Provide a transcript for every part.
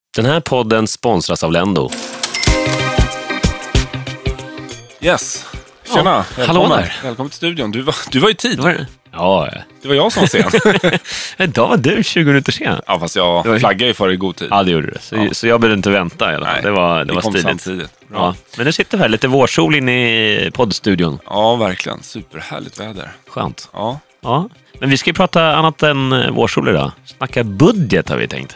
Den här podden sponsras av Lendo. Yes. Tjena. Ja, hallå där. Välkommen till studion. Du var i tid. Ja. Det var jag som var sen. Idag var du 20 minuter sen. Ja, fast jag flaggade ju för i god tid. Ja, det gjorde du. Så jag behövde inte vänta i alla fall. Nej, det var kom stiligt. samtidigt. Ja. Men nu sitter vi här lite vårsol inne i poddstudion. Ja, verkligen. Superhärligt väder. Skönt. Ja. Men vi ska ju prata annat än vårsol idag. Snacka budget har vi tänkt.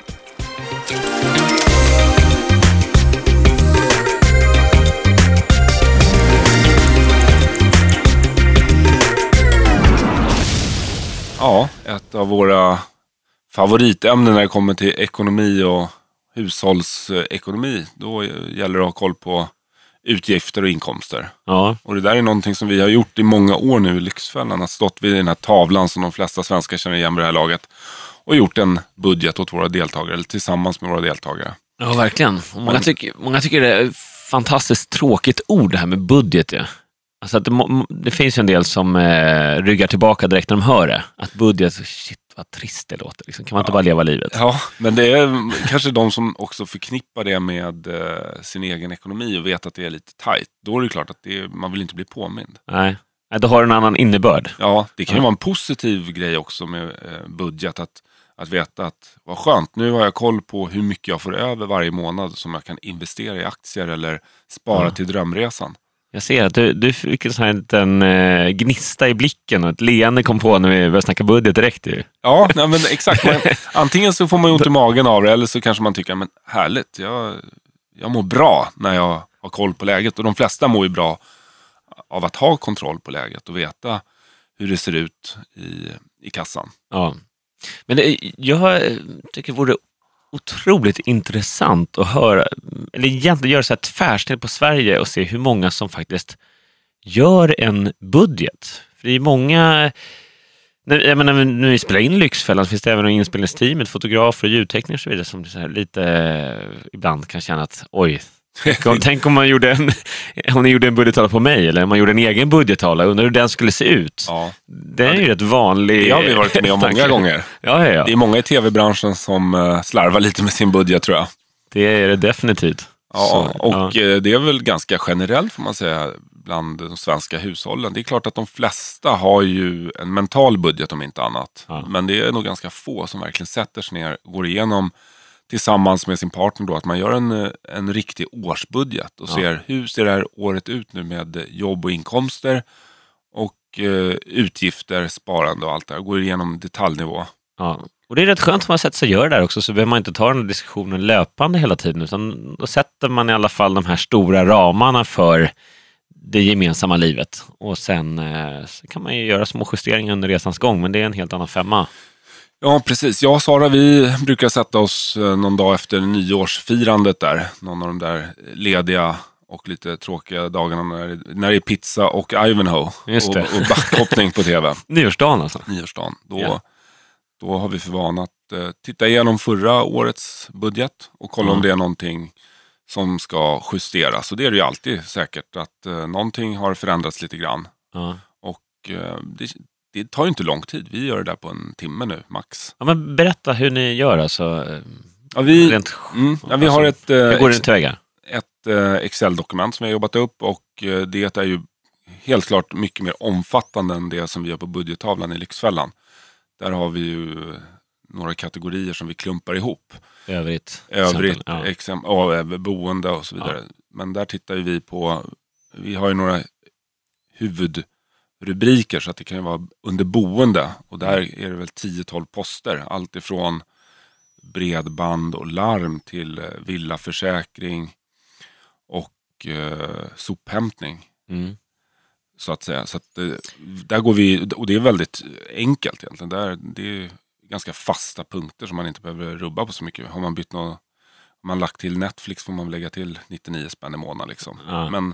Ja, ett av våra favoritämnen när det kommer till ekonomi och hushållsekonomi. Då gäller det att ha koll på utgifter och inkomster. Ja. Och det där är någonting som vi har gjort i många år nu i Lyxfällan. Har stått vid den här tavlan som de flesta svenskar känner igen vid det här laget. Och gjort en budget åt våra deltagare, eller tillsammans med våra deltagare. Ja, verkligen. Och många tycker det är ett fantastiskt tråkigt ord det här med budget. Ja. Alltså att det finns ju en del som ryggar tillbaka direkt när de hör det. Att budget, shit vad trist det låter. Liksom. Kan man inte bara leva livet? Ja, men det är kanske de som också förknippar det med sin egen ekonomi och vet att det är lite tajt. Då är det klart att man vill inte bli påmind. Nej, då har det en annan innebörd. Ja, det kan ju vara en positiv grej också med budget. Att veta att vad skönt, nu har jag koll på hur mycket jag får över varje månad som jag kan investera i aktier eller spara till drömresan. Jag ser att du fick en sån här liten gnista i blicken och ett leende kom på när vi började snacka budget direkt. Ju. Ja, nej, men exakt. Antingen så får man ju ont i magen av det eller så kanske man tycker, men härligt, jag mår bra när jag har koll på läget. Och de flesta mår ju bra av att ha kontroll på läget och veta hur det ser ut i kassan. Ja, men jag tycker det vore otroligt intressant att höra, eller egentligen göra så här tvärsnitt på Sverige och se hur många som faktiskt gör en budget. För det är många, när vi spelar in Lyxfällan så finns det även en inspelningsteam, ett fotografer och ljudtekniker och så vidare som så här lite ibland kan känna att oj, tänk om man gjorde en budgettavla på mig eller om man gjorde en egen budgettavla, undrar hur den skulle se ut. Ja. Det är ju rätt vanlig. Det har vi varit med om många gånger. Ja. Det är många i tv-branschen som slarvar lite med sin budget, tror jag. Det är det definitivt. Ja, det är väl ganska generellt får man säga bland de svenska hushållen. Det är klart att de flesta har ju en mental budget om inte annat. Ja. Men det är nog ganska få som verkligen sätter sig ner och går igenom tillsammans med sin partner då, att man gör en riktig årsbudget och ser hur ser det här året ut nu med jobb och inkomster och utgifter, sparande och allt det här. Går igenom detaljnivå. Ja. Och det är rätt skönt att man sätter sig och gör det där också, så behöver man inte ta den här diskussionen löpande hela tiden, utan då sätter man i alla fall de här stora ramarna för det gemensamma livet. Och sen så kan man ju göra små justeringar under resans gång, men det är en helt annan femma. Ja, precis. Jag och Sara, vi brukar sätta oss någon dag efter nyårsfirandet där. Någon av de där lediga och lite tråkiga dagarna när det är pizza och Ivanhoe och backhoppning på tv. Nyårsdagen alltså? Nyårsdagen. Då har vi för vana att titta igenom förra årets budget och kolla om det är någonting som ska justeras. Och det är det ju alltid säkert att någonting har förändrats lite grann. Och det tar ju inte lång tid. Vi gör det där på en timme nu, max. Ja, men berätta hur ni gör alltså. Ja, vi har ett Excel-dokument som vi har jobbat upp och det är ju helt klart mycket mer omfattande än det som vi gör på budgettavlan i Lyxfällan. Där har vi ju några kategorier som vi klumpar ihop. Övrigt boende och så vidare. Ja. Men där tittar ju vi har ju några huvudrubriker så att det kan ju vara under boende. Och där är det väl 10-12 poster. Allt ifrån bredband och larm till villaförsäkring och sophämtning. Mm. Så att säga. Så att där går vi, och det är väldigt enkelt egentligen. Det är ganska fasta punkter som man inte behöver rubba på så mycket. Har man bytt om man lagt till Netflix får man lägga till 99 spänn i månaden liksom. Ja. Men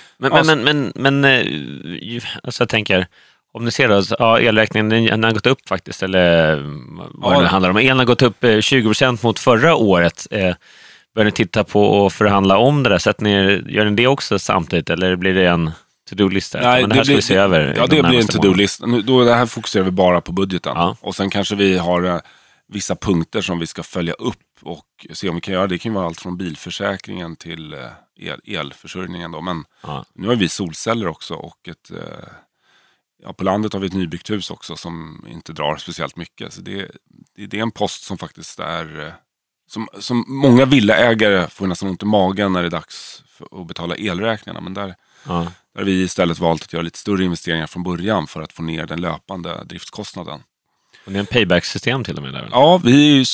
alltså jag tänker, om ni ser då, elräkningen den har gått upp faktiskt, eller vad det handlar om. Elen har gått upp 20% mot förra året. Börjar ni titta på och förhandla om det där? Gör ni det också samtidigt, eller blir det en to-do-lista? Nej, det här ska vi se över. Ja, det blir en to-do-lista. Det här fokuserar vi bara på budgeten. Ja. Och sen kanske vi har vissa punkter som vi ska följa upp och se om vi kan göra det. Det kan vara allt från bilförsäkringen till elförsörjningen då. Men nu har vi solceller också och på landet har vi ett nybyggt hus också som inte drar speciellt mycket. Så det är en post som faktiskt är som många villaägare får nästan ont i magen när det är dags att betala elräkningarna. Men där har vi istället valt att göra lite större investeringar från början för att få ner den löpande driftskostnaden. Och det är en payback-system till och med där? Ja, vi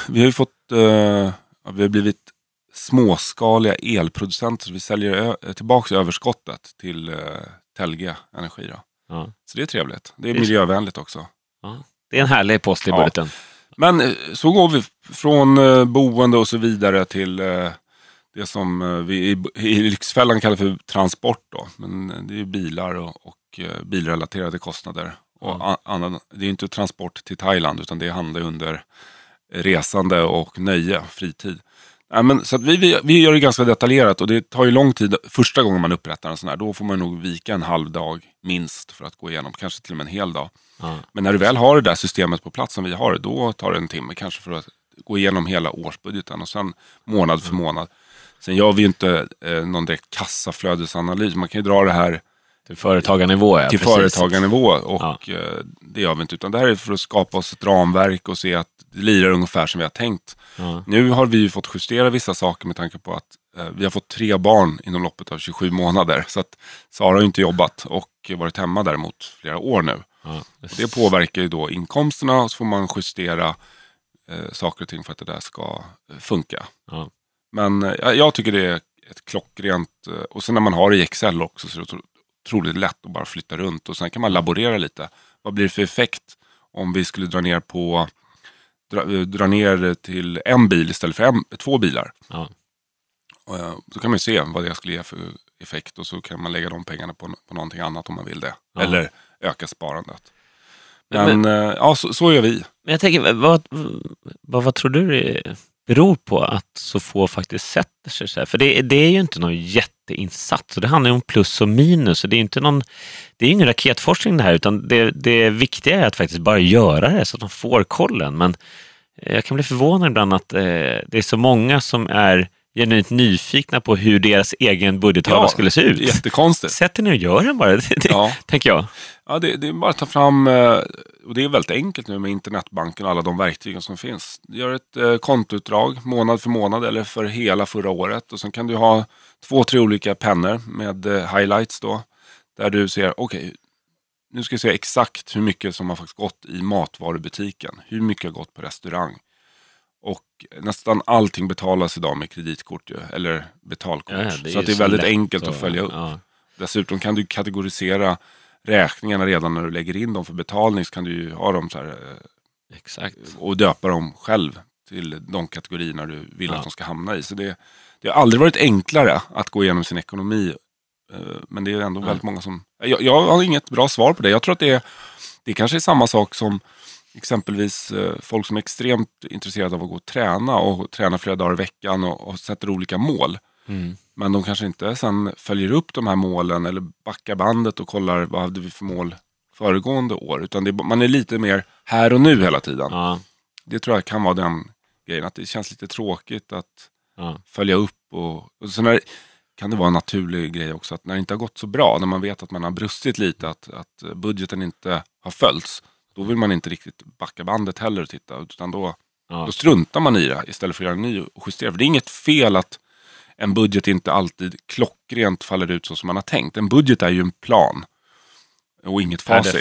har blivit småskaliga elproducenter. Så vi säljer tillbaka överskottet till Telge Energi. Så det är trevligt. Det är miljövänligt också. Ja. Det är en härlig post i budgeten. Men så går vi från boende och så vidare till det som vi i Lyxfällan kallar för transport då. Men det är ju bilar och bilrelaterade kostnader. Och det är inte transport till Thailand utan det handlar under resande och nöje, fritid. Men, så att vi gör det ganska detaljerat och det tar ju lång tid. Första gången man upprättar en sån här, då får man nog vika en halv dag minst för att gå igenom, kanske till och med en hel dag. Men när du väl har det där systemet på plats som vi har, då tar det en timme kanske för att gå igenom hela årsbudgeten och sen månad för månad. Sen gör vi ju inte någon direkt kassaflödesanalys. Man kan ju dra det här till företagarnivå. Till företagarnivå och det gör vi inte. Utan det här är för att skapa oss ett ramverk och se att det lirar ungefär som vi har tänkt. Nu har vi ju fått justera vissa saker med tanke på att vi har fått 3 barn inom loppet av 27 månader. Så att Sara har ju inte jobbat och varit hemma däremot flera år nu. Och det påverkar ju då inkomsterna och så får man justera saker och ting för att det där ska funka. Men jag tycker det är ett klockrent, och sen när man har det i Excel också så är det otroligt lätt att bara flytta runt och sen kan man laborera lite. Vad blir det för effekt om vi skulle dra ner till en bil istället för 2 bilar? Så kan man se vad det skulle ge för effekt och så kan man lägga de pengarna på någonting annat om man vill det. Eller öka sparandet. Men så gör vi. Men jag tänker, vad tror du det beror på att så få faktiskt sätter sig så här? För det är ju inte någon jätteinsats. Och det handlar ju om plus och minus. Och det är ingen raketforskning det här. Utan det viktiga är att faktiskt bara göra det så att man får kollen. Men jag kan bli förvånad ibland att det är så många som är genuint nyfikna på hur deras egen budgetavla skulle se ut. Jättekonstigt. Sätter ni och gör den bara, tänker jag. Ja, det är bara att ta fram, och det är väldigt enkelt nu med internetbanken och alla de verktygen som finns. Gör ett kontoutdrag månad för månad eller för hela förra året. Och sen kan du ha 2-3 olika pennor med highlights då. Där du ser, okej, nu ska jag se exakt hur mycket som har faktiskt gått i matvarubutiken. Hur mycket har gått på restaurang. Och nästan allting betalas idag med kreditkort eller betalkort. Så att det är väldigt enkelt att följa upp. Dessutom kan du kategorisera räkningarna redan när du lägger in dem för betalning. Så kan du ju ha dem så här och döpa dem själv till de kategorierna du vill att de ska hamna i. Så det har aldrig varit enklare att gå igenom sin ekonomi. Men det är ändå väldigt många som... Jag har inget bra svar på det. Jag tror att det kanske är samma sak som exempelvis folk som är extremt intresserade av att gå och träna flera dagar i veckan och sätter olika mål. Men de kanske inte sen följer upp de här målen eller backar bandet och kollar vad hade vi för mål föregående år. Utan man är lite mer här och nu hela tiden. Det tror jag kan vara den grejen. Att det känns lite tråkigt att följa upp. Och sen kan det vara en naturlig grej också att när det inte har gått så bra, när man vet att man har brustit lite, att budgeten inte har följts, då vill man inte riktigt backa bandet heller och titta, utan då struntar man i det istället för att göra en ny och justera. För det är inget fel att en budget inte alltid klockrent faller ut så som man har tänkt. En budget är ju en plan och inget facit.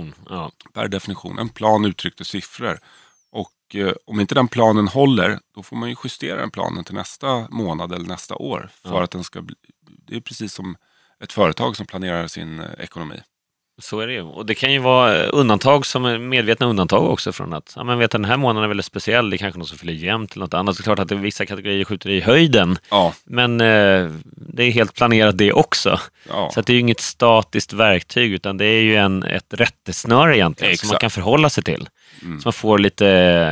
Per definition. En plan uttryckte siffror. Och om inte den planen håller, då får man ju justera den planen till nästa månad eller nästa år. För att den ska bli... Det är precis som ett företag som planerar sin ekonomi. Så är det ju. Och det kan ju vara undantag som är medvetna undantag också från att den här månaden är väldigt speciell. Det är kanske något som fyller jämnt eller något annat. Det är klart att vissa kategorier skjuter i höjden. Men det är helt planerat det också. Så att det är ju inget statiskt verktyg utan det är ju ett rättesnöre egentligen som man kan förhålla sig till. Så man får lite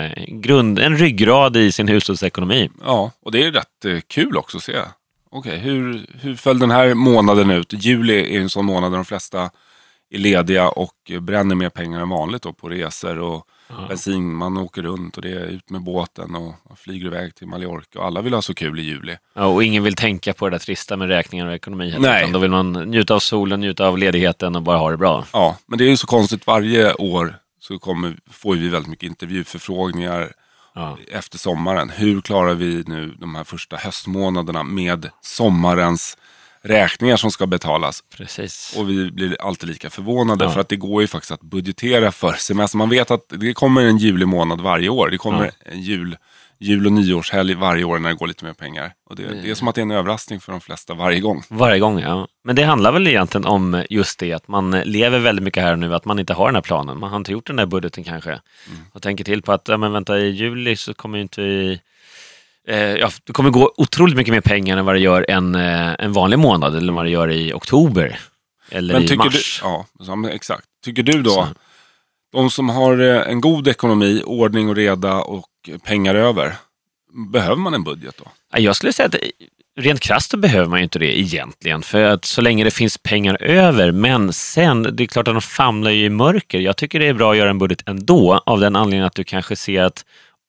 en ryggrad i sin hushållsekonomi. Ja, och det är rätt kul också att se. Okej, hur föll den här månaden ut? Juli är en sån månad där de flesta är lediga och bränner mer pengar än vanligt då på resor och bensin, man åker runt och det är ut med båten och flyger iväg till Mallorca och alla vill ha så kul i juli. Ja, och ingen vill tänka på det där trista med räkningar och ekonomi heller. Nej. Då vill man njuta av solen, njuta av ledigheten och bara ha det bra. Ja, men det är ju så konstigt, varje år så får vi väldigt mycket intervjuförfrågningar efter sommaren. Hur klarar vi nu de här första höstmånaderna med sommarens räkningar som ska betalas? Precis. Och vi blir alltid lika förvånade för att det går ju faktiskt att budgetera för semester. Man vet att det kommer en julimånad varje år. Det kommer en jul- och nyårshelg varje år när det går lite mer pengar. Och det är som att det är en överraskning för de flesta varje gång. Varje gång, ja. Men det handlar väl egentligen om just det, att man lever väldigt mycket här nu, att man inte har den här planen. Man har inte gjort den här budgeten kanske. Och tänker till på att, men vänta, i juli så kommer ju inte vi... det kommer gå otroligt mycket mer pengar än vad det gör en vanlig månad, eller vad det gör i oktober. Eller i mars. Exakt. Tycker du då, de som har en god ekonomi, ordning och reda och pengar över, behöver man en budget då? Jag skulle säga att rent krasst så behöver man ju inte det egentligen, för att så länge det finns pengar över, men sen, det är klart att de famlar ju i mörker. Jag tycker det är bra att göra en budget ändå, av den anledningen att du kanske ser att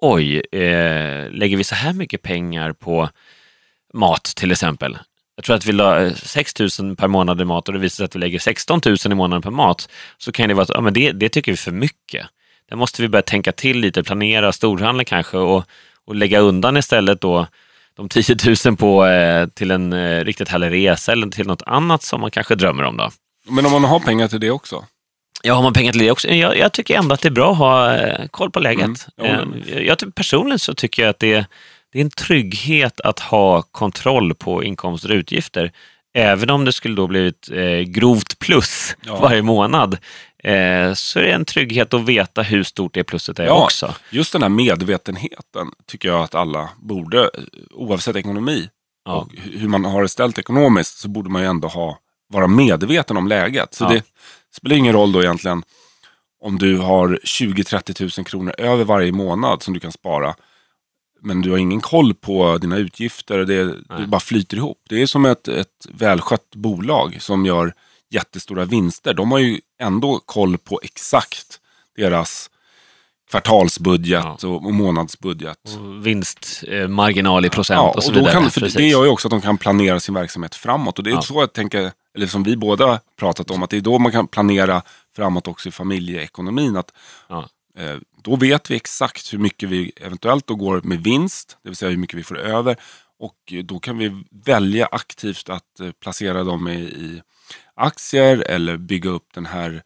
lägger vi så här mycket pengar på mat till exempel. Jag tror att vi la 6 000 per månad i mat och det visar sig att vi lägger 16 000 i månaden på mat. Så kan det vara att det tycker vi är för mycket. Där måste vi börja tänka till lite, planera storhandla kanske och lägga undan istället då de 10 000 på till en riktigt härlig resa eller till något annat som man kanske drömmer om då. Men om man har pengar till det också? Ja, har man pengar till det också? Jag tycker ändå att det är bra att ha koll på läget. Personligen så tycker jag att det är en trygghet att ha kontroll på inkomster och utgifter. Även om det skulle då bli ett grovt plus varje månad, så är det en trygghet att veta hur stort det plusset är också. Just den här medvetenheten tycker jag att alla borde, oavsett ekonomi och hur man har det ställt ekonomiskt, så borde man ju ändå vara medveten om läget. Så det spelar ingen roll då egentligen om du har 20-30 000 kronor över varje månad som du kan spara, men du har ingen koll på dina utgifter, det bara flyter ihop. Det är som ett välskött bolag som gör jättestora vinster. De har ju ändå koll på exakt deras kvartalsbudget och månadsbudget. Och vinstmarginal i procent och så vidare. Det gör ju också att de kan planera sin verksamhet framåt. Och det är så jag tänker, eller som vi båda pratat om, att det är då man kan planera framåt också i familjeekonomin. Att då vet vi exakt hur mycket vi eventuellt då går med vinst, det vill säga hur mycket vi får över. Och då kan vi välja aktivt att placera dem i aktier eller bygga upp den här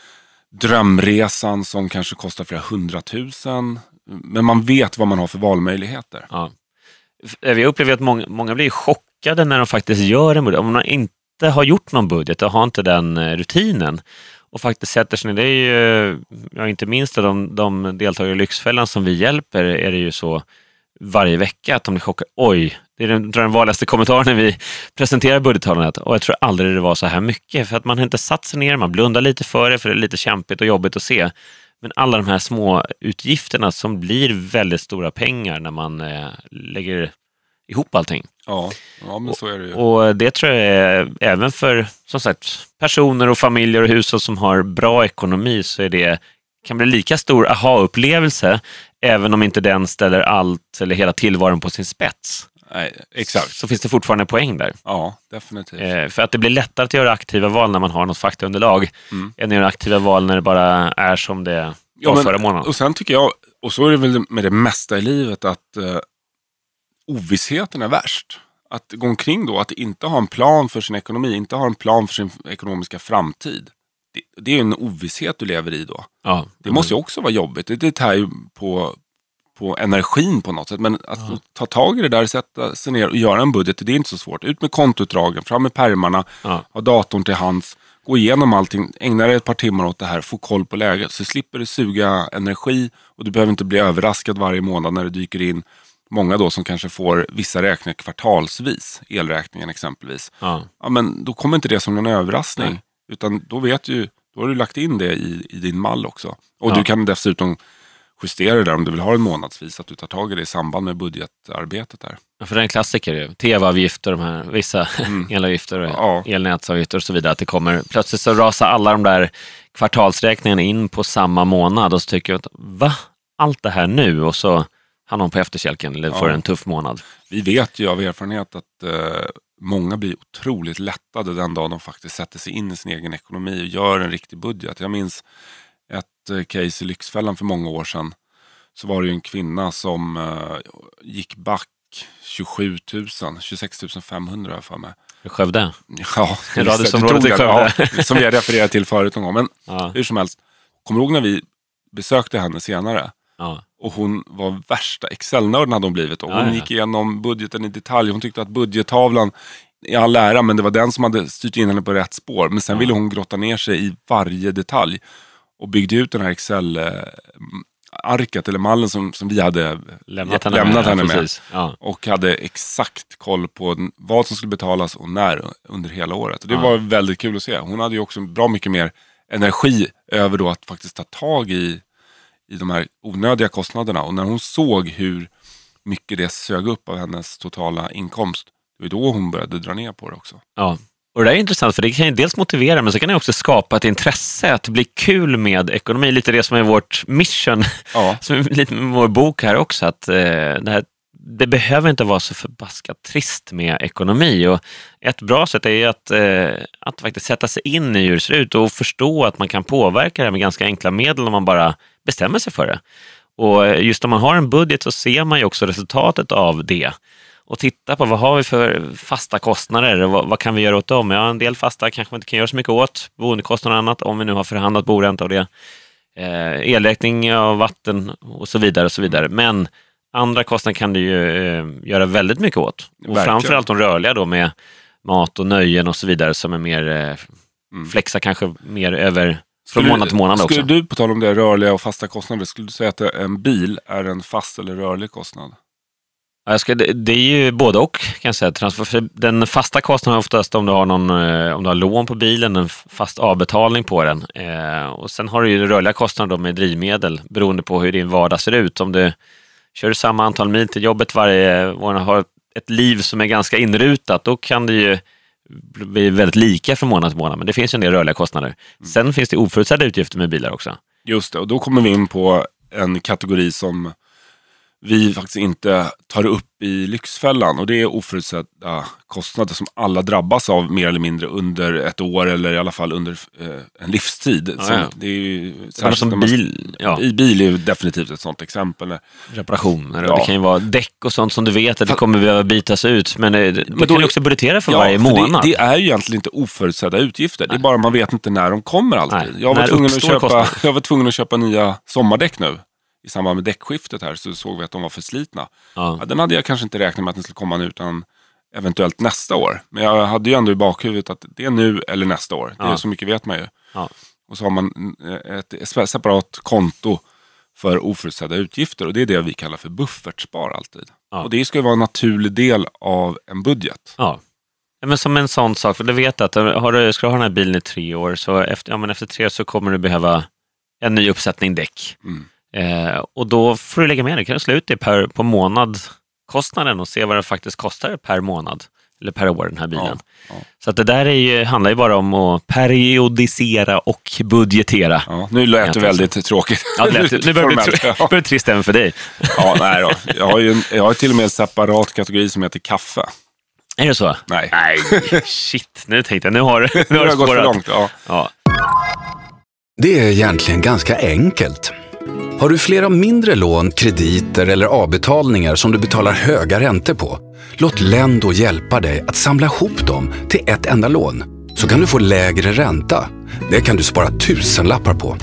drömresan som kanske kostar flera 100 000. Men man vet vad man har för valmöjligheter. Ja. Vi upplever att många blir chockade när de faktiskt gör en budget. Om man inte har gjort någon budget och har inte den rutinen och faktiskt sätter sig ner. Det är ju, inte minst de deltagare i Lyxfällan som vi hjälper, är det ju så varje vecka att de blir chockade. Det är den vanligaste kommentaren när vi presenterar budgettalandet. Och jag tror aldrig det var så här mycket. För att man har inte satt sig ner, man blundar lite för det är lite kämpigt och jobbigt att se. Men alla de här små utgifterna som blir väldigt stora pengar när man lägger ihop allting. Ja, men så är det ju. Och det tror jag är, även för som sagt personer och familjer och hushåll som har bra ekonomi, så är det, kan bli lika stor aha-upplevelse även om inte den ställer allt eller hela tillvaron på sin spets. Nej, exakt. Så finns det fortfarande en poäng där. Ja, definitivt. För att det blir lättare att göra aktiva val när man har något faktaunderlag än att göra aktiva val när det bara är som det var förra månaden. Och sen tycker jag, och så är det väl med det mesta i livet, att ovissheten är värst. Att gå omkring då, att inte ha en plan för sin ekonomi, inte ha en plan för sin ekonomiska framtid. Det är ju en ovisshet du lever i då. Ja, det måste ju också vara jobbigt. Det tar ju på energin på något sätt. Men att ta tag i det där, sätta sig ner och göra en budget, det är inte så svårt. Ut med kontoutdragen, fram med pärmarna, ha datorn till hands, gå igenom allting, ägna dig ett par timmar åt det här, få koll på läget. Så slipper du suga energi och du behöver inte bli överraskad varje månad när det dyker in många då som kanske får vissa räkningar kvartalsvis, elräkningen exempelvis. Ja, men då kommer inte det som en överraskning. Nej. Utan då har du lagt in det i din mall också. Och du kan dessutom justera det där om du vill ha en månadsvis, att du tar tag i det i samband med budgetarbetet där. Ja, för det är en klassiker ju. TV-avgifter, de här vissa elavgifter och elnätsavgifter och så vidare. Att det kommer, plötsligt så rasar alla de där kvartalsräkningarna in på samma månad och så tycker jag att, va? Allt det här nu? Och så har någon på efterkälken eller får en tuff månad. Vi vet ju av erfarenhet att många blir otroligt lättade den dag de faktiskt sätter sig in i sin egen ekonomi och gör en riktig budget. Jag minns ett case i Lyxfällan för många år sedan. Så var det ju en kvinna som gick back 26 500 för mig. Skövde? Ja, radhusområdet i Skövde. Ja, som jag refererade till förut någon gång. Men hur som helst, kommer du ihåg när vi besökte henne senare? Ja. Och hon var värsta Excel-nörden hade hon blivit. Och hon gick igenom budgeten i detalj. Hon tyckte att budgettavlan i all ära, men det var den som hade styrt in henne på rätt spår. Men sen ville hon grotta ner sig i varje detalj. Och byggde ut den här Excel-arket eller mallen som vi hade lämnat henne med. Ja. Och hade exakt koll på vad som skulle betalas och när under hela året. Och det var väldigt kul att se. Hon hade ju också bra mycket mer energi över då att faktiskt ta tag i de här onödiga kostnaderna. Och när hon såg hur mycket det sög upp av hennes totala inkomst, det var då hon började dra ner på det också. Ja. Och det är intressant för det kan ju dels motivera men så kan det också skapa ett intresse att det blir kul med ekonomi. Lite det som är vårt mission, som är lite med vår bok här också. Att det behöver inte vara så förbaskat trist med ekonomi. Och ett bra sätt är ju att faktiskt sätta sig in i hur det ser ut och förstå att man kan påverka det med ganska enkla medel om man bara bestämmer sig för det. Och just om man har en budget så ser man ju också resultatet av det. Och titta på vad har vi för fasta kostnader och vad kan vi göra åt dem? Ja, en del fasta kanske man inte kan göra så mycket åt. Boendekostnader och annat om vi nu har förhandlat boränta och det. Elräkning av vatten och så vidare och så vidare. Men andra kostnader kan du ju göra väldigt mycket åt. Och framförallt de rörliga då med mat och nöjen och så vidare som är mer flexa kanske mer över från månad till månad också. Skulle du, på tal om det rörliga och fasta kostnader, skulle du säga att en bil är en fast eller rörlig kostnad? Det är ju både och kan jag säga. Den fasta kostnaden är oftast om du har lån på bilen, en fast avbetalning på den. Och sen har du ju rörliga kostnader med drivmedel beroende på hur din vardag ser ut. Om du kör samma antal mil till jobbet varje år och har ett liv som är ganska inrutat, då kan det ju bli väldigt lika från månad till månad. Men det finns ju en del rörliga kostnader. Sen finns det oförutsedda utgifter med bilar också. Just det, och då kommer vi in på en kategori som vi faktiskt inte tar upp i Lyxfällan, och det är oförutsedda kostnader som alla drabbas av mer eller mindre under ett år eller i alla fall under en livstid. Det är ju som bil. I bil är ju definitivt ett sånt exempel. Reparationer, det kan ju vara däck och sånt som du vet att det kommer behöva bytas ut, men du kan ju också budgetera för varje månad. Det är ju egentligen inte oförutsedda utgifter. Det är bara man vet inte när de kommer alltid. Jag var tvungen att köpa nya sommardäck nu. I samband med däckskiftet här så såg vi att de var för slitna. Den hade jag kanske inte räknat med att den skulle komma nu utan eventuellt nästa år. Men jag hade ju ändå i bakhuvudet att det är nu eller nästa år. Det är så mycket vet man ju. Och så har man ett separat konto för oförutsedda utgifter. Och det är det vi kallar för buffertspar alltid. Och det ska ju vara en naturlig del av en budget. Ja. Men som en sån sak, för du vet att ska du ha den här bilen i 3 år så efter 3 år så kommer du behöva en ny uppsättning däck. Och då får du lägga med det. Kan du slå ut det på månadkostnaden och se vad det faktiskt kostar per månad eller per år den här bilen. Så att det där handlar ju bara om att periodisera och budgetera. Nu lät det väldigt tråkigt. Nu börjar det trist även för dig. Nej då. Jag har till och med en separat kategori som heter kaffe. Är det så? Nej. Shit, nu tänkte jag. Nu har det gått för långt. Ja. Det är egentligen ganska enkelt. Har du flera mindre lån, krediter eller avbetalningar som du betalar höga räntor på? Låt Lendo hjälpa dig att samla ihop dem till ett enda lån. Så kan du få lägre ränta. Det kan du spara tusenlappar på.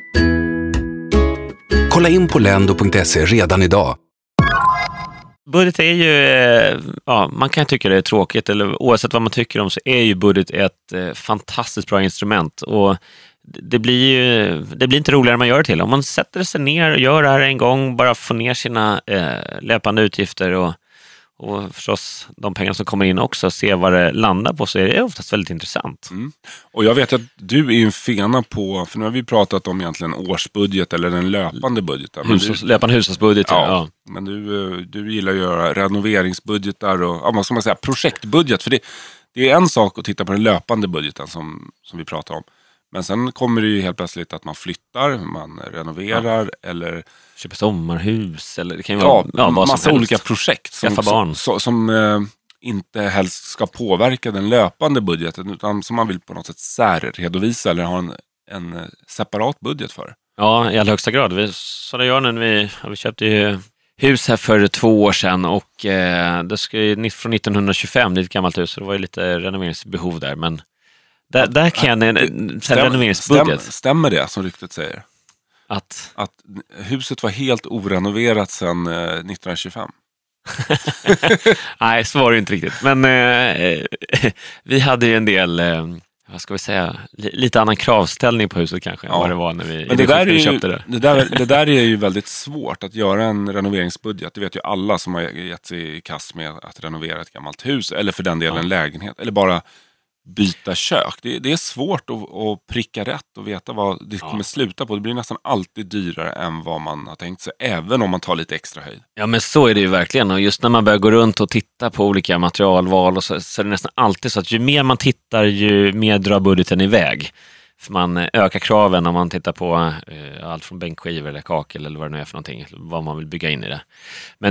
Kolla in på lendo.se redan idag. Budget är ju, man kan tycka det är tråkigt eller oavsett vad man tycker om så är ju budget ett fantastiskt bra instrument och det blir inte roligare än man gör det till. Om man sätter sig ner och gör det här en gång, bara får ner sina löpande utgifter och och förstås de pengar som kommer in också, se vad det landar på, så är det oftast väldigt intressant. Och jag vet att du är ju en fena på, för nu har vi pratat om egentligen årsbudget eller den löpande budgeten. Löpande hushållsbudget. Ja. Men du gillar att göra renoveringsbudgetar och vad ska man säga, projektbudget. För det är en sak att titta på den löpande budgeten som vi pratar om. Men sen kommer det ju helt plötsligt att man flyttar, man renoverar eller köper sommarhus eller det kan ju vara massa olika projekt som inte helst ska påverka den löpande budgeten, utan som man vill på något sätt särredovisa eller ha en separat budget för. Ja, i allra högsta grad. Så det gör nu, vi köpte ju hus här för 2 år sedan och det ska ju från 1925, det är ett gammalt hus, så det var ju lite renoveringsbehov där, men där kan jag en renoveringsbudget. Stämmer det som ryktet säger? Att huset var helt orenoverat sedan 1925? Nej, så var det inte riktigt. Men vi hade ju en del, vad ska vi säga, lite annan kravställning på huset kanske än vad det var när vi köpte det. Det där är ju väldigt svårt att göra en renoveringsbudget. Det vet ju alla som har gett sig i kast med att renovera ett gammalt hus eller för den delen lägenhet eller bara byta kök. Det är svårt att pricka rätt och veta vad det kommer sluta på. Det blir nästan alltid dyrare än vad man har tänkt sig, även om man tar lite extra höjd. Ja, men så är det ju verkligen. Och just när man börjar gå runt och titta på olika materialval och så är det nästan alltid så att ju mer man tittar, ju mer drar budgeten iväg. För man ökar kraven om man tittar på allt från bänkskivor eller kakel eller vad det nu är för någonting, vad man vill bygga in i det. Men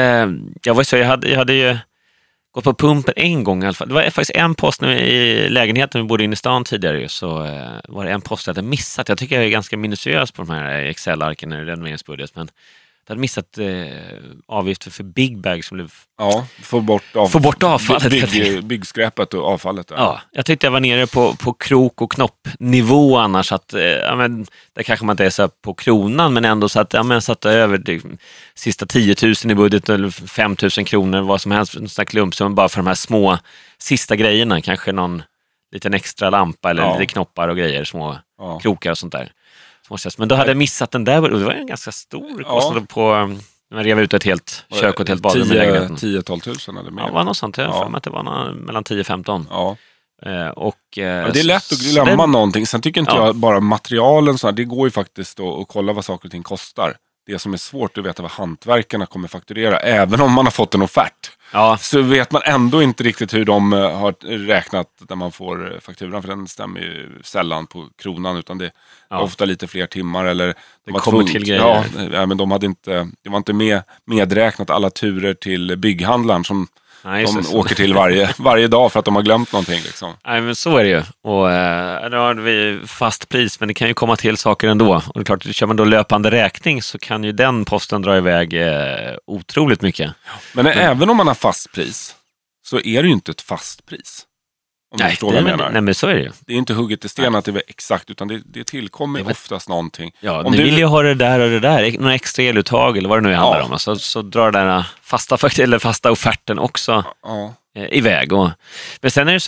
jag hade ju gått på pumpen en gång i alla fall. Det var faktiskt en post i lägenheten vi bodde in i stan tidigare, så var det en post jag hade missat. Jag tycker jag är ganska minutiös på de här Excel-arken i renoveringsbudget, men jag hade missat avgifter för Big Bag som blev... Ja, få bort avfallet. Byggskräpet och avfallet. Där. Ja, jag tyckte jag var nere på krok- och knoppnivå annars. Att, där kanske man inte är så på kronan, men ändå så att jag satte över det sista 10 000 i budget eller 5 000 kronor, vad som helst, en sån klumpsum bara för de här små sista grejerna. Kanske någon liten extra lampa eller lite knoppar och grejer, små krokar och sånt där. Men då hade jag missat den där, och det var en ganska stor kostnad på... Man rev ut ett helt kök och ett helt badrum i lägenheten. 10-12 000 eller mer. Ja, det var något sånt. Jag för att det var mellan 10-15. Ja. Det är lätt att glömma någonting. Sen tycker inte jag bara materialen, så här, det går ju faktiskt att kolla vad saker och ting kostar. Det som är svårt att veta vad hantverkarna kommer fakturera, även om man har fått en offert. Ja. Så vet man ändå inte riktigt hur de har räknat när man får fakturan, för den stämmer ju sällan på kronan, utan det är ofta lite fler timmar eller det kommer till grejer. Ja, men det var inte medräknat alla turer till bygghandlaren som åker till varje dag för att de har glömt någonting liksom. Nej, men så är det ju. Och då har vi fast pris, men det kan ju komma till saker ändå. Och det är klart, kör man då löpande räkning så kan ju den posten dra iväg otroligt mycket. Men även om man har fast pris så är det ju inte ett fast pris. Om du förstår vad jag menar. Nej, men så är det ju. Det är inte hugget i sten att det är exakt, utan det tillkommer oftast någonting. Ja, om du vill ju ha det där och det där, några extra eluttag eller vad det nu handlar om. Så drar den där fasta offerten också iväg. Men sen är det så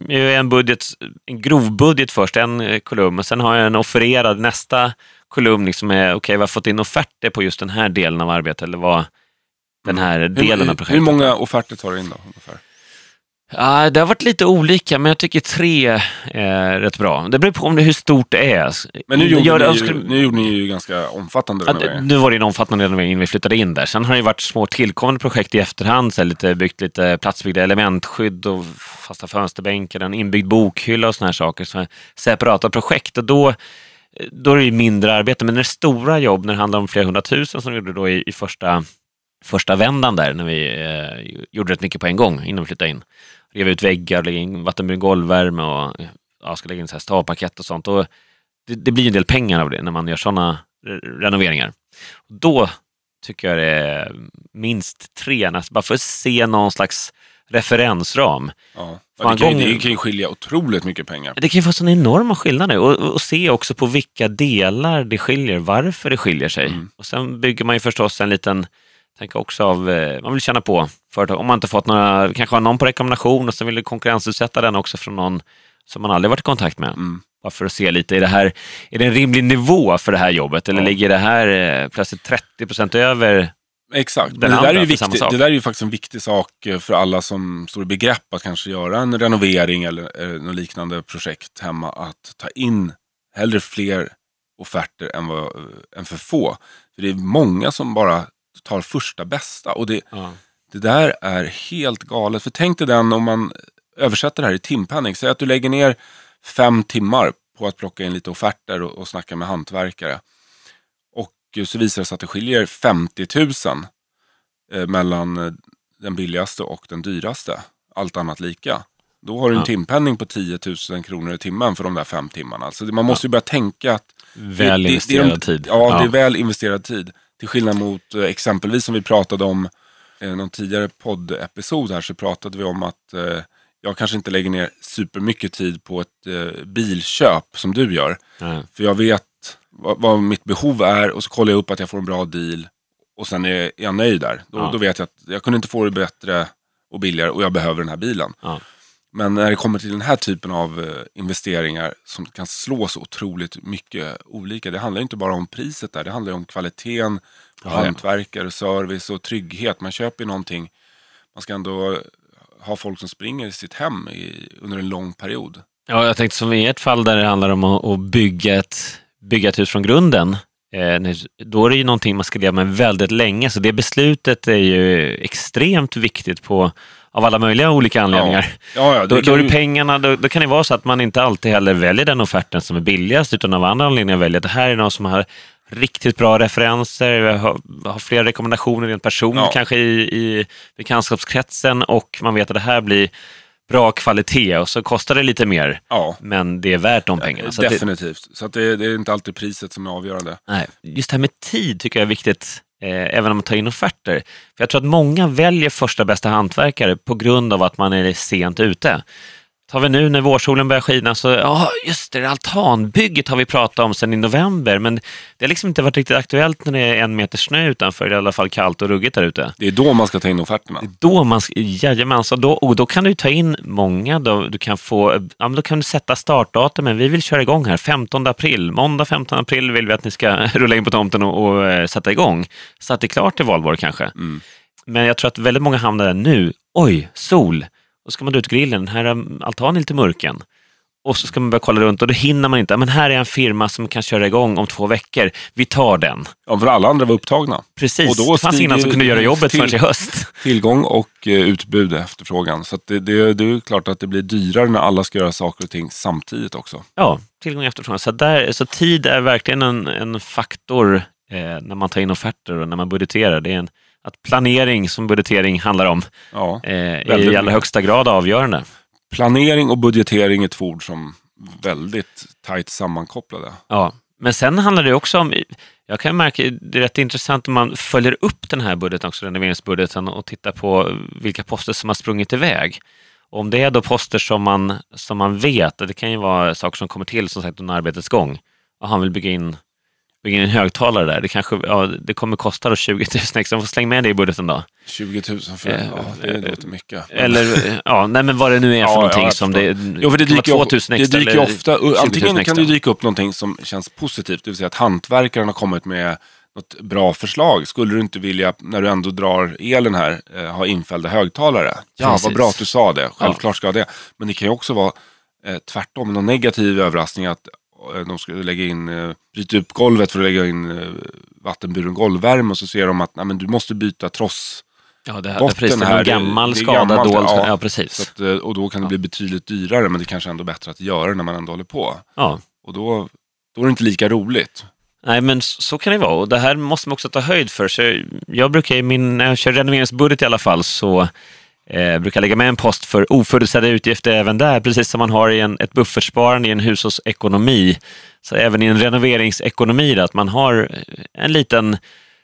en grov budget först, en kolumn, och sen har jag en offererad nästa kolumn liksom är okej, vi har fått in offerter på just den här delen av arbetet eller vad den här delen av projektet. Hur många offerter tar du in då ungefär? Ja, det har varit lite olika, men jag tycker 3 är rätt bra. Det beror på hur stort det är. Men nu gjorde ni ju ganska omfattande renovering. Nu var det en omfattande renovering innan vi flyttade in där. Sen har det varit små tillkommande projekt i efterhand. Så byggt lite platsbyggda elementskydd och fasta fönsterbänkar, en inbyggd bokhylla och såna här saker. Så separata projekt. Och då är det ju mindre arbete. Men när det är stora jobb, när det handlar om flera 100 000 som vi gjorde då i första vändan där, när vi gjorde rätt mycket på en gång innan vi flyttade in. Rev ut väggar, lägga in vattenburen golvvärme och ska lägga in så här stavpaket och sånt. Och det blir en del pengar av det när man gör sådana renoveringar. Då tycker jag det är minst 3, bara för att se någon slags referensram. Ja. Det kan ju skilja otroligt mycket pengar. Det kan ju få sådana enorma skillnader och se också på vilka delar det skiljer, varför det skiljer sig. Och sen bygger man ju förstås en liten... Tänker också man vill känna på företag. Om man inte fått kanske har någon på rekommendation och så vill du konkurrensutsätta den också från någon som man aldrig varit i kontakt med. Bara för att se lite, är det en rimlig nivå för det här jobbet? Eller ligger det här plötsligt 30% över Exakt. den Men andra det för samma sak. det där är ju faktiskt en viktig sak för alla som står i begrepp att kanske göra en renovering eller något liknande projekt hemma. Att ta in hellre fler offerter än för få. För det är många som bara tar första bästa. Och det där är helt galet. För tänk dig den om man översätter det här i timpenning. Säg att du lägger ner 5 timmar på att plocka in lite offerter och snacka med hantverkare. Och så visar det sig att det skiljer 50 000 mellan den billigaste och den dyraste. Allt annat lika. Då har du en timpenning på 10 000 kronor i timmen för de där 5 timmarna. Alltså man måste ju börja tänka att väl investerad tid. Ja, det är väl investerad tid. Till skillnad mot exempelvis som vi pratade om någon tidigare poddepisod här, så pratade vi om att jag kanske inte lägger ner supermycket tid på ett bilköp som du gör. För jag vet vad mitt behov är och så kollar jag upp att jag får en bra deal och sen är jag nöjd där. Då vet jag att jag kunde inte få det bättre och billigare och jag behöver den här bilen. Men när det kommer till den här typen av investeringar som kan slå så otroligt mycket olika. Det handlar inte bara om priset där. Det handlar om kvaliteten, hantverkare, service och trygghet. Man köper någonting. Man ska ändå ha folk som springer i sitt hem under en lång period. Ja, jag tänkte som i ett fall där det handlar om att bygga ett hus från grunden. Då är det ju någonting man ska leva med väldigt länge. Så det beslutet är ju extremt viktigt av alla möjliga olika anledningar. Då är det pengarna, då kan det vara så att man inte alltid heller väljer den offerten som är billigast, utan av andra anledningar väljer att det här är någon som har riktigt bra referenser, har flera rekommendationer i en person kanske i bekantskapskretsen, och man vet att det här blir bra kvalitet och så kostar det lite mer. Men det är värt de pengarna. Så definitivt. Så att det är inte alltid priset som är avgörande. Nej, just det här med tid tycker jag är viktigt, även om man tar in offerter. För jag tror att många väljer första bästa hantverkare på grund av att man är sent ute. Tar vi nu när vårsolen börjar skina så, just det, altanbygget har vi pratat om sedan i november, men det har liksom inte varit riktigt aktuellt när det är 1 meter snö utanför, i alla fall kallt och ruggigt där ute. Det är då man ska ta in offerterna. Då kan du ta in många, då kan du sätta startdatum, men vi vill köra igång här 15 april, måndag 15 april vill vi att ni ska rulla in på tomten och sätta igång, så att det är klart till valborg kanske. Men jag tror att väldigt många hamnar där nu, sol. Då ska man dra ut grillen, här är altanen lite mörken. Och så ska man börja kolla runt och då hinner man inte. Men här är en firma som kan köra igång om 2 veckor. Vi tar den. Ja, för alla andra var upptagna. Precis, och då det fanns ingen som kunde göra jobbet förrän i höst. Tillgång och utbud efterfrågan. Så att det är klart att det blir dyrare när alla ska göra saker och ting samtidigt också. Ja, tillgång och efterfrågan. Så tid är verkligen en faktor när man tar in offerter och när man budgeterar. Det är att planering som budgetering handlar om är i allra högsta grad avgörande. Planering och budgetering är 2 ord som väldigt tajt sammankopplade. Ja, men sen handlar det också om, jag kan märka, det är rätt intressant om man följer upp den här budgeten också, renoveringsbudgeten, och tittar på vilka poster som har sprungit iväg. Och om det är då poster som man vet, det kan ju vara saker som kommer till som sagt under arbetets gång, och han vill bygga in en högtalare där. Det kanske det kommer kosta då 20 000 extra. Får slänga med det i budgeten då. 20 000 för det låter mycket. Eller men vad det nu är för någonting som det för det dyker 2 000 extra. Det dyker ofta, antingen kan det dyka upp någonting som känns positivt, det vill säga att hantverkaren har kommit med något bra förslag. Skulle du inte vilja, när du ändå drar elen här, ha infällda högtalare? Ja, precis. Vad bra att du sa det. Självklart ska det. Men det kan ju också vara tvärtom, någon negativ överraskning att de ska bryta upp golvet för att lägga in vattenburen golvvärme, och så ser de att du måste byta tross. Ja, det är precis en gammal skada dold. Ja, precis. Så att, och då kan det bli betydligt dyrare, men det kanske ändå är bättre att göra när man ändå håller på. Ja. Och då är det inte lika roligt. Nej, men så kan det vara, och det här måste man också ta höjd för. Så jag brukar när jag kör renoveringsbudget i alla fall, så brukar lägga med en post för oförutsedda utgifter även där, precis som man har i ett buffertsparande i en hushållsekonomi. Så även i en renoveringsekonomi att man har en liten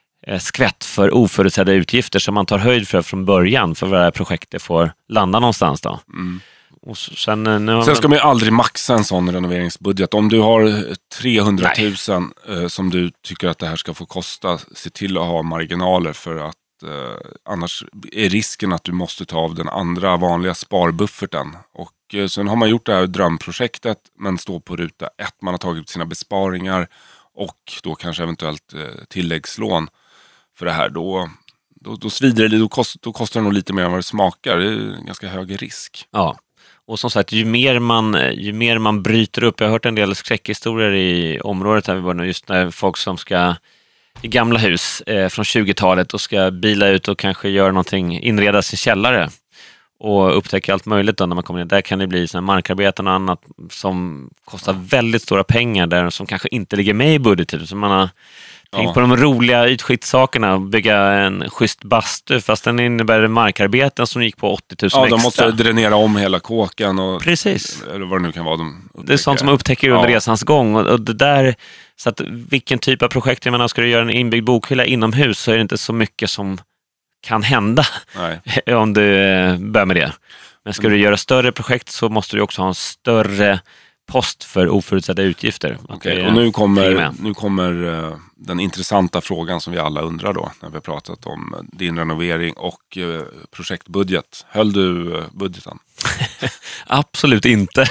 skvätt för oförutsedda utgifter som man tar höjd för från början, för vad det här projektet får landa någonstans då. Och sen ska man ju aldrig maxa en sån renoveringsbudget. Om du har 300 000 som du tycker att det här ska få kosta, se till att ha marginaler, för att annars är risken att du måste ta av den andra vanliga sparbufferten. Och sen har man gjort det här drömprojektet, men står på ruta 1. Man har tagit sina besparingar och då kanske eventuellt tilläggslån för det här. Då då svider det, då kostar det nog lite mer än vad det smakar. Det är en ganska hög risk. Ja, och som sagt, ju mer man bryter upp. Jag har hört en del skräckhistorier i området här vi bor nu, just när folk som ska i gamla hus från 20-talet och ska bila ut och kanske göra någonting, inreda sin källare och upptäcka allt möjligt då när man kommer in. Där kan det bli såna markarbeten och annat som kostar väldigt stora pengar där, som kanske inte ligger med i budgeten. Så man har tänkt på de roliga ytskiktssakerna, bygga en schysst bastu, fast den innebär markarbeten som gick på 80 000 extra. Ja, de måste dränera om hela kåken och precis. Eller vad det nu kan vara. Det är sånt som man upptäcker under resans gång. Och det där, så att vilken typ av projekt, jag menar, ska du göra en inbyggd bokhylla inomhus så är det inte så mycket som kan hända. Nej. Om du börjar med det. Men ska du göra större projekt så måste du också ha en större post för oförutsedda utgifter. Okej, och nu kommer den intressanta frågan som vi alla undrar då, när vi har pratat om din renovering och projektbudget. Höll du budgeten? Absolut inte.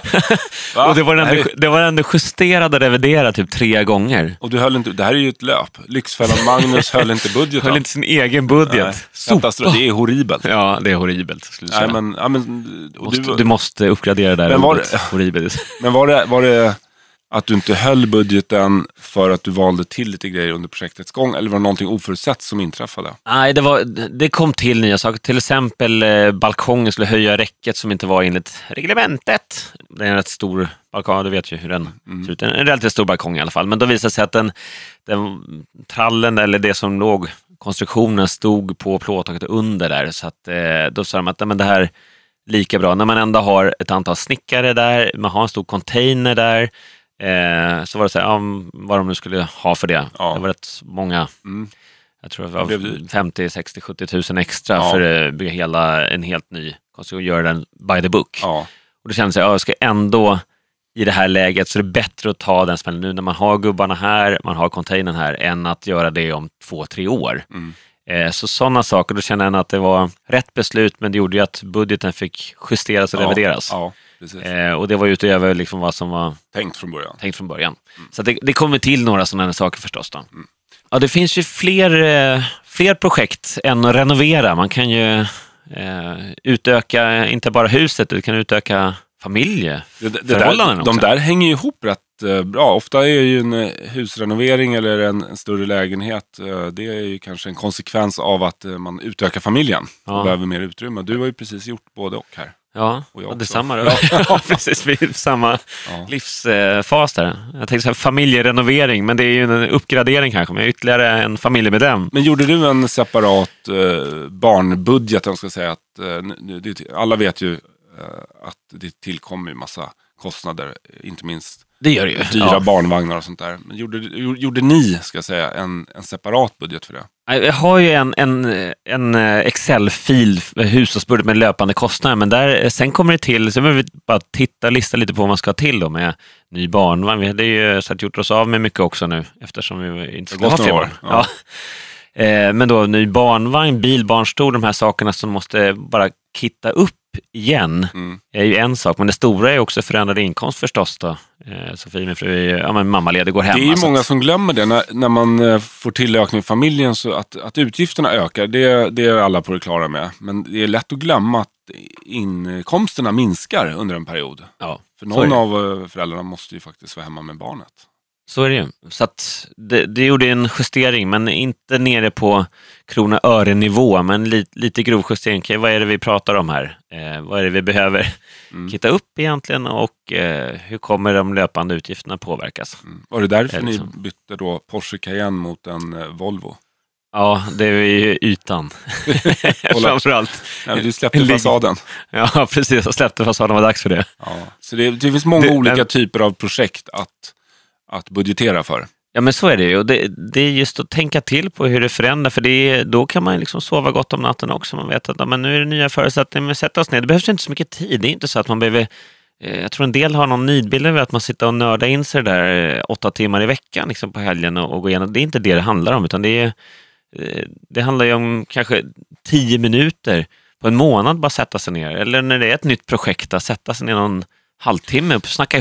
Och det var ändå justerad och reviderad typ 3 gånger. Och du höll inte, det här är ju ett löp. Lyxfällan Magnus höll inte budgeten. Höll inte sin egen budget. Det är horribelt. Ja, det är horribelt, skulle jag säga. Nej, men, du måste uppgradera där. Men horribelt. Men var det att du inte höll budgeten för att du valde till lite grejer under projektets gång, eller var det någonting oförutsett som inträffade? Nej, det kom till nya saker. Till exempel balkongen skulle höja räcket som inte var enligt reglementet. Det är en rätt stor balkong, du vet ju hur den ser ut. En relativt stor balkong i alla fall. Men då visade det sig att den trallen, eller det som låg, konstruktionen, stod på plåttaket under där. Så att då sa de att men det här lika bra. När man ändå har ett antal snickare där, man har en stor container där, så var det så här, vad de nu skulle ha för det. Ja. Det var rätt många, jag tror det var 50, 60, 70 000 extra för att bygga en helt ny konstruktion och göra den by the book. Ja. Och då kände jag ska ändå i det här läget så är det bättre att ta den smällen nu när man har gubbarna här, man har containern här, än att göra det om 2-3 år. Så sådana saker, då kände jag att det var rätt beslut, men det gjorde ju att budgeten fick justeras och revideras. Ja, och det var ju utöver liksom vad som var tänkt från början. Så det kommer till några sådana saker förstås då. Ja, det finns ju fler projekt än att renovera. Man kan ju utöka inte bara huset, du kan utöka familjeförhållanden också. De där hänger ju ihop rätt bra. Ofta är ju en husrenovering eller en större lägenhet, det är ju kanske en konsekvens av att man utökar familjen och behöver mer utrymme. Du har ju precis gjort både och här. Ja, och detsamma då. Ja, precis, vi är samma livsfas där. Jag tänkte så här, familjerenovering, men det är ju en uppgradering kanske, med ytterligare en familjemedlem. Men gjorde du en separat barnbudget, om jag ska säga att alla vet ju att det tillkommer ju massa kostnader, inte minst det gör det ju. Dyra barnvagnar och sånt där. Men gjorde ni, ska jag säga, en separat budget för det? Jag har ju en Excel-fil, hushållsbudget med löpande kostnader, men där, sen kommer det till, så behöver vi bara lista lite på vad man ska till då med ny barnvagn. Vi hade ju så att gjort oss av med mycket också nu, eftersom vi inte ska ha fler barn. Ja. Men då ny barnvagn, bil, barnstol, de här sakerna som måste bara kitta upp igen är ju en sak, men det stora är också förändrad inkomst förstås då. Sofie, min fru, är mammaledig, går hem. Det är ju många som glömmer det när man får tillökning i familjen, så att utgifterna ökar, det är alla på det klara med. Men det är lätt att glömma att inkomsterna minskar under en period. Ja, för någon av föräldrarna måste ju faktiskt vara hemma med barnet. Så är det ju. Så att det gjorde en justering, men inte nere på krona-öre-nivå, men lite grov justering. Okay, vad är det vi pratar om här? Vad är det vi behöver kitta upp egentligen, och hur kommer de löpande utgifterna påverkas? Var det därför ni bytte då Porsche Cayenne mot en Volvo? Ja, det är ju ytan. Framförallt. Nej, du släppte fasaden. Ja, precis. Jag släppte fasaden, var dags för det. Ja. Så det finns många olika typer av projekt att budgetera för. Ja, men så är det ju. Och det är just att tänka till på hur det förändrar, för då kan man liksom sova gott om natten också. Man vet att men nu är det nya förutsättningar, men sätta oss ner. Det behövs inte så mycket tid. Det är inte så att man behöver... Jag tror en del har någon nidbild över att man sitter och nördar in sig där 8 timmar i veckan liksom på helgen och går igenom. Det är inte det handlar om, utan det handlar ju om kanske 10 minuter på en månad bara sätta sig ner. Eller när det är ett nytt projekt, att sätta sig ner någon halvtimme och snacka ihop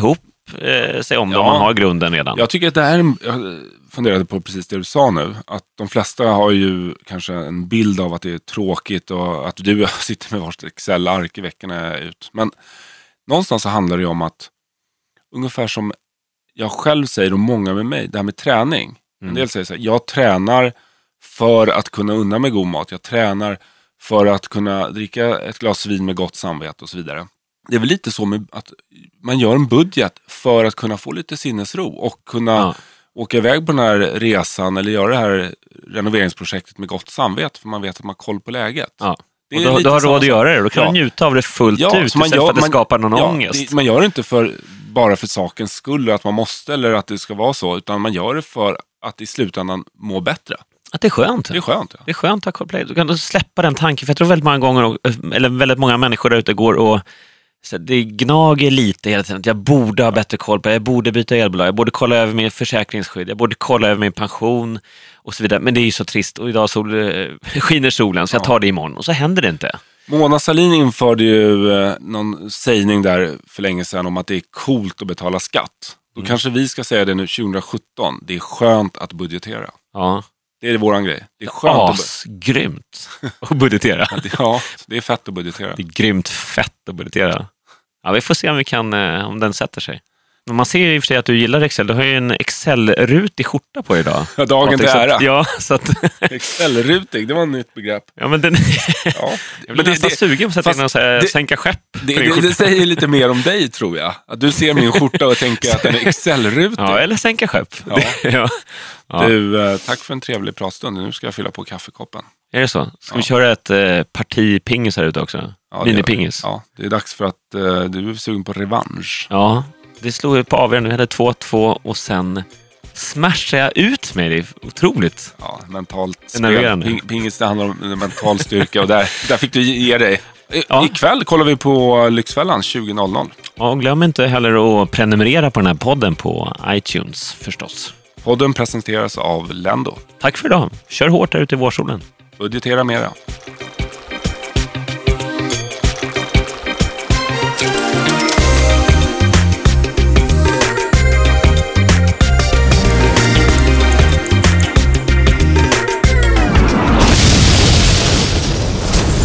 sig om det om man har grunden redan. Jag tycker att det är jag funderade på precis det du sa nu. Att de flesta har ju kanske en bild av att det är tråkigt och att du sitter med varsitt Excel-ark i veckorna ut. Men någonstans så handlar det ju om att ungefär som jag själv säger och många med mig, det här med träning. En del säger så här, jag tränar för att kunna unna mig god mat. Jag tränar för att kunna dricka ett glas vin med gott samvete och så vidare. Det är väl lite så med att man gör en budget för att kunna få lite sinnesro och kunna åka iväg på den här resan eller göra det här renoveringsprojektet med gott samvete för man vet att man har koll på läget. Ja. Och du har råd att göra det. Då kan du njuta av det fullt ut istället för att det skapar någon ångest. Man gör det inte bara för sakens skull att man måste eller att det ska vara så, utan man gör det för att i slutändan må bättre. Att det är skönt. Det är skönt, ja. Det är skönt att ha koll på det. Du kan släppa den tanken, för jag tror väldigt många gånger, eller väldigt många människor där ute går och så det gnager lite hela tiden. Jag borde ha bättre koll på det. Jag borde byta elbolag. Jag borde kolla över min försäkringsskydd. Jag borde kolla över min pension och så vidare. Men det är ju så trist. Och idag skiner solen så jag tar det imorgon. Och så händer det inte. Mona Sahlin införde ju någon sägning där för länge sedan om att det är coolt att betala skatt. Då kanske vi ska säga det nu 2017. Det är skönt att budgetera. Ja. Det är våran grej. Det är skönt grymt att budgetera. Ja, det är fett att budgetera. Det är grymt fett att budgetera. Ja, vi får se om vi kan, om den sätter sig. Men man ser ju i och för sig att du gillar Excel. Du har ju en Excel-rutig skjorta på idag. Ja, dagen till ära. Ja, så att Excel-rutig, det var ett nytt begrepp. Ja, men den... Ja. Jag blir nästan sugen på att sätta in och säga, sänka skäpp. Det säger lite mer om dig, tror jag. Att du ser min skjorta och tänker att den är Excel-rutig. Ja, eller sänka skäpp. Ja. Ja. Du, tack för en trevlig pratstund. Nu ska jag fylla på kaffekoppen. Är det så? Ska vi köra ett parti pingis här ute också? Ja, Minipingis. Ja, det är dags för att du är sugen på revansch. Ja, det slog ju på avgörande. Vi hade 2-2 och sen smashade jag ut mig. Det är otroligt. Ja, mentalt spel. Pingis, det handlar om mental styrka och där fick du ge dig. Ja. Ikväll kollar vi på Lyxfällan 20.00. Ja, och glöm inte heller att prenumerera på den här podden på iTunes förstås. Podden presenteras av Lendo. Tack för idag. Kör hårt där ute i vårsolen. Budgetera mera.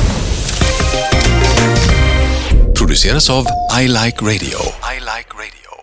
Produceras av I Like Radio.